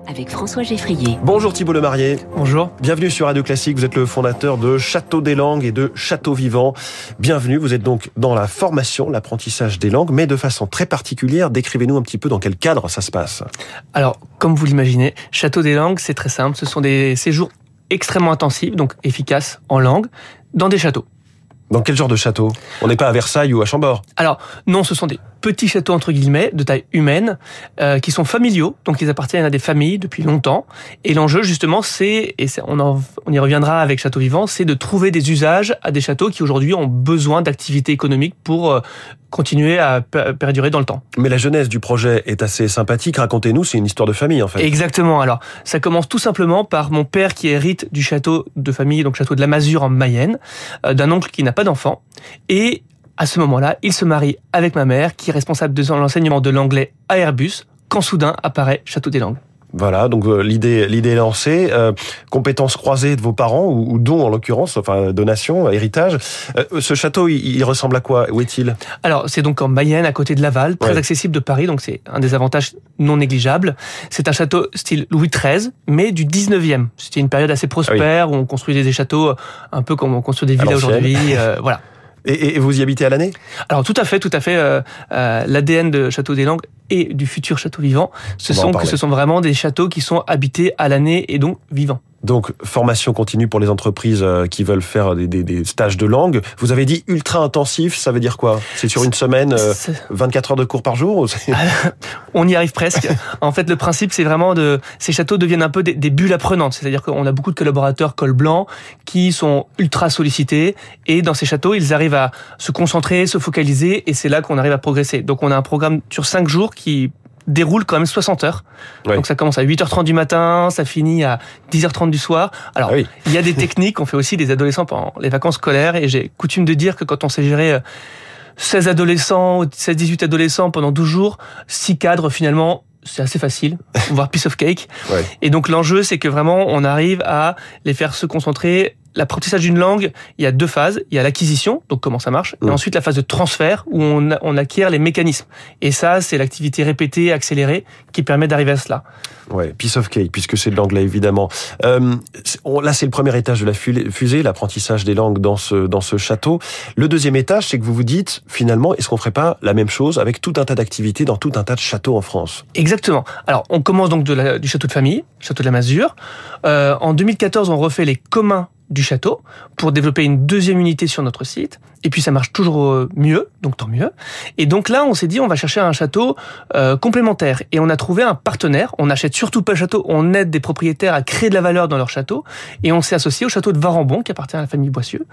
avec François Geffrier. Bonjour Thibault Lemarié. Bonjour. Bienvenue sur Radio Classique, vous êtes le fondateur de Château des Langues et de Château Vivant. Bienvenue, vous êtes donc dans la formation, l'apprentissage des langues, mais de façon très particulière. Décrivez-nous un petit peu dans quel cadre ça se passe. Alors, comme vous l'imaginez, Château des Langues, c'est très simple. Ce sont des séjours extrêmement intensifs, donc efficaces en langue, dans des châteaux. Dans quel genre de château ? On n'est pas à Versailles ou à Chambord ? Alors, non, ce sont des petits châteaux, entre guillemets, de taille humaine, qui sont familiaux, donc ils appartiennent à des familles depuis longtemps. Et l'enjeu, justement, on y reviendra avec Château Vivant, c'est de trouver des usages à des châteaux qui, aujourd'hui, ont besoin d'activités économiques pour continuer à perdurer dans le temps. Mais la genèse du projet est assez sympathique. Racontez-nous, c'est une histoire de famille, en fait. Exactement. Alors, ça commence tout simplement par mon père qui hérite du château de famille, donc château de la Masure en Mayenne, d'un oncle qui n'a pas d'enfant. Et à ce moment-là, il se marie avec ma mère, qui est responsable de l'enseignement de l'anglais à Airbus, quand soudain apparaît Château des Langues. Voilà, donc l'idée est lancée. Compétences croisées de vos parents, ou dons en l'occurrence, enfin donation, héritage. Ce château, il ressemble à quoi ? Où est-il ? Alors, c'est donc en Mayenne, à côté de Laval, très accessible de Paris, donc c'est un des avantages non négligeables. C'est un château style Louis XIII, mais du 19e. C'était une période assez prospère, où on construisait des châteaux un peu comme on construit des villas aujourd'hui. Voilà. Et vous y habitez à l'année ? Alors tout à fait. L'ADN de Château des Langues et du futur Château Vivant, ce sont vraiment des châteaux qui sont habités à l'année et donc vivants. Donc, formation continue pour les entreprises qui veulent faire des stages de langue. Vous avez dit ultra intensif, ça veut dire quoi ? C'est sur une semaine, 24 heures de cours par jour ? On y arrive presque. En fait, le principe, c'est vraiment ces châteaux deviennent un peu des bulles apprenantes. C'est-à-dire qu'on a beaucoup de collaborateurs col blanc qui sont ultra sollicités. Et dans ces châteaux, ils arrivent à se concentrer, se focaliser. Et c'est là qu'on arrive à progresser. Donc, on a un programme sur 5 jours qui déroule quand même 60 heures. Ouais. Donc ça commence à 8h30 du matin, ça finit à 10h30 du soir. Alors, il y a des techniques, on fait aussi des adolescents pendant les vacances scolaires, et j'ai coutume de dire que quand on sait gérer 16-18 adolescents pendant 12 jours, 6 cadres finalement, c'est assez facile, voire piece of cake. Ouais. Et donc l'enjeu, c'est que vraiment on arrive à les faire se concentrer. L'apprentissage d'une langue, il y a 2 phases. Il y a l'acquisition, donc comment ça marche, et ensuite la phase de transfert, où on acquiert les mécanismes. Et ça, c'est l'activité répétée, accélérée, qui permet d'arriver à cela. Ouais, piece of cake, puisque c'est de l'anglais, évidemment. Là, c'est le premier étage de la fusée, l'apprentissage des langues dans ce château. Le deuxième étage, c'est que vous vous dites, finalement, est-ce qu'on ferait pas la même chose avec tout un tas d'activités dans tout un tas de châteaux en France ? Exactement. Alors, on commence donc du château de famille, château de la Masure. En 2014, on refait les communs du château pour développer une deuxième unité sur notre site. Et puis ça marche toujours mieux, donc tant mieux. Et donc là, on s'est dit, on va chercher un château complémentaire. Et on a trouvé un partenaire. On n'achète surtout pas le château, on aide des propriétaires à créer de la valeur dans leur château. Et on s'est associé au château de Varambon, qui appartient à la famille Boissieu,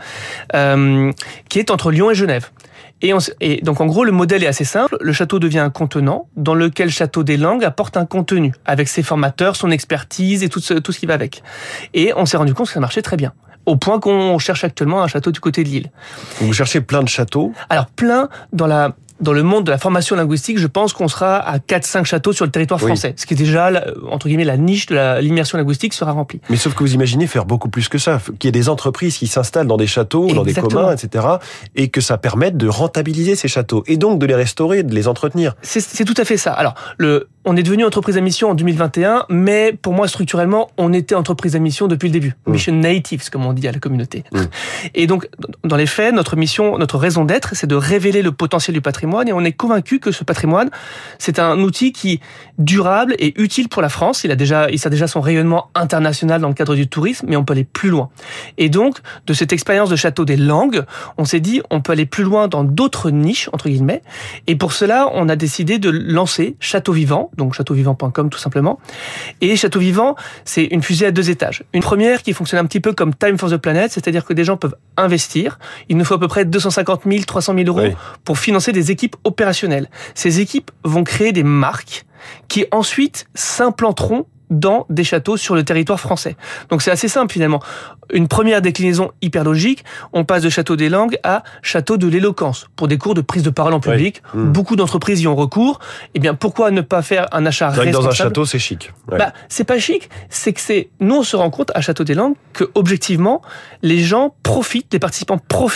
qui est entre Lyon et Genève. Et donc en gros, le modèle est assez simple. Le château devient un contenant dans lequel Château des Langues apporte un contenu, avec ses formateurs, son expertise et tout ce qui va avec. Et on s'est rendu compte que ça marchait très bien. Au point qu'on cherche actuellement un château du côté de Lille. Vous cherchez plein de châteaux ? Alors plein dans le monde de la formation linguistique, je pense qu'on sera à 4-5 châteaux sur le territoire français. Ce qui est déjà, entre guillemets, la niche de l'immersion linguistique sera remplie. Mais sauf que vous imaginez faire beaucoup plus que ça. Qu'il y ait des entreprises qui s'installent dans des châteaux, dans des communs, etc. Et que ça permette de rentabiliser ces châteaux. Et donc de les restaurer, de les entretenir. C'est tout à fait ça. Alors, on est devenu entreprise à mission en 2021, mais pour moi, structurellement, on était entreprise à mission depuis le début. Mission native, comme on dit à la communauté. Et donc, dans les faits, notre mission, notre raison d'être, c'est de révéler le potentiel du patrimoine, et on est convaincu que ce patrimoine, c'est un outil qui est durable et utile pour la France. Il a déjà son rayonnement international dans le cadre du tourisme, mais on peut aller plus loin. Et donc, de cette expérience de Château des Langues, on s'est dit, on peut aller plus loin dans d'autres niches, entre guillemets, et pour cela, on a décidé de lancer Château Vivant, donc châteauvivant.com tout simplement. Et Château Vivant, c'est une fusée à 2 étages. Une première qui fonctionne un petit peu comme Time for the Planet, c'est-à-dire que des gens peuvent investir. Il nous faut à peu près 250 000, 300 000 euros pour financer des équipes opérationnelles. Ces équipes vont créer des marques qui ensuite s'implanteront dans des châteaux sur le territoire français. Donc c'est assez simple finalement. Une première déclinaison hyper logique, on passe de Château des Langues à Château de l'éloquence pour des cours de prise de parole en public. Oui. Beaucoup d'entreprises y ont recours. Eh bien, pourquoi ne pas faire un achat responsable ? Dans un château, c'est chic. Ouais. C'est pas chic, c'est que nous on se rend compte à Château des Langues que objectivement, les gens profitent, les participants profitent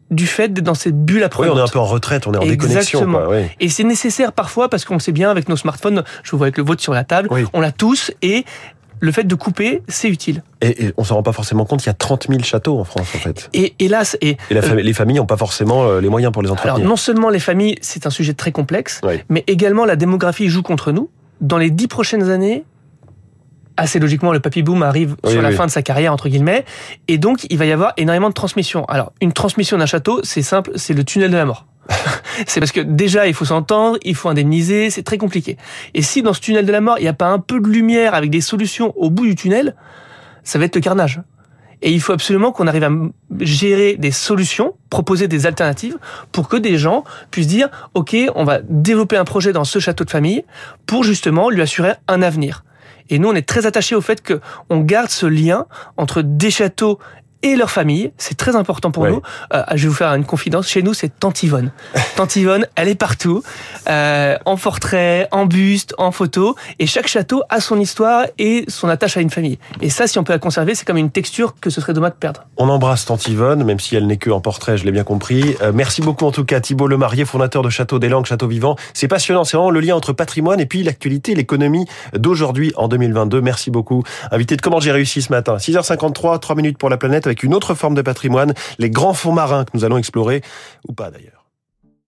du fait d'être dans cette bulle apprenante. Oui, on est un peu en retraite, on est en déconnexion. Quoi, oui. Et c'est nécessaire parfois parce qu'on sait bien avec nos smartphones, je vous vois avec le vôtre sur la table, on l'a tous et le fait de couper, c'est utile. Et on s'en rend pas forcément compte, il y a 30 000 châteaux en France, en fait. Et hélas... les familles n'ont pas forcément les moyens pour les entretenir. Alors, non seulement les familles, c'est un sujet très complexe, mais également la démographie joue contre nous. Dans les 10 prochaines années, assez logiquement, le papy boom arrive sur la fin de sa carrière, entre guillemets, et donc il va y avoir énormément de transmission. Alors, une transmission d'un château, c'est simple, c'est le tunnel de la mort. C'est parce que déjà, il faut s'entendre, il faut indemniser, c'est très compliqué. Et si dans ce tunnel de la mort, il n'y a pas un peu de lumière avec des solutions au bout du tunnel, ça va être le carnage. Et il faut absolument qu'on arrive à gérer des solutions, proposer des alternatives pour que des gens puissent dire « Ok, on va développer un projet dans ce château de famille pour justement lui assurer un avenir ». Et nous, on est très attachés au fait qu'on garde ce lien entre des châteaux et leur famille, c'est très important pour nous. Je vais vous faire une confidence. Chez nous, c'est Tante Yvonne. Tante Yvonne, elle est partout, en portrait, en buste, en photo. Et chaque château a son histoire et son attache à une famille. Et ça, si on peut la conserver, c'est comme une texture que ce serait dommage de perdre. On embrasse Tante Yvonne, même si elle n'est que en portrait, je l'ai bien compris. Merci beaucoup en tout cas, Thibault Lemarié, fondateur de Château des Langues, Château Vivant. C'est passionnant, c'est vraiment le lien entre patrimoine et puis l'actualité, l'économie d'aujourd'hui en 2022. Merci beaucoup. Invité de Comment j'ai réussi ce matin. 6h53, 3 minutes pour la planète avec une autre forme de patrimoine, les grands fonds marins que nous allons explorer, ou pas d'ailleurs.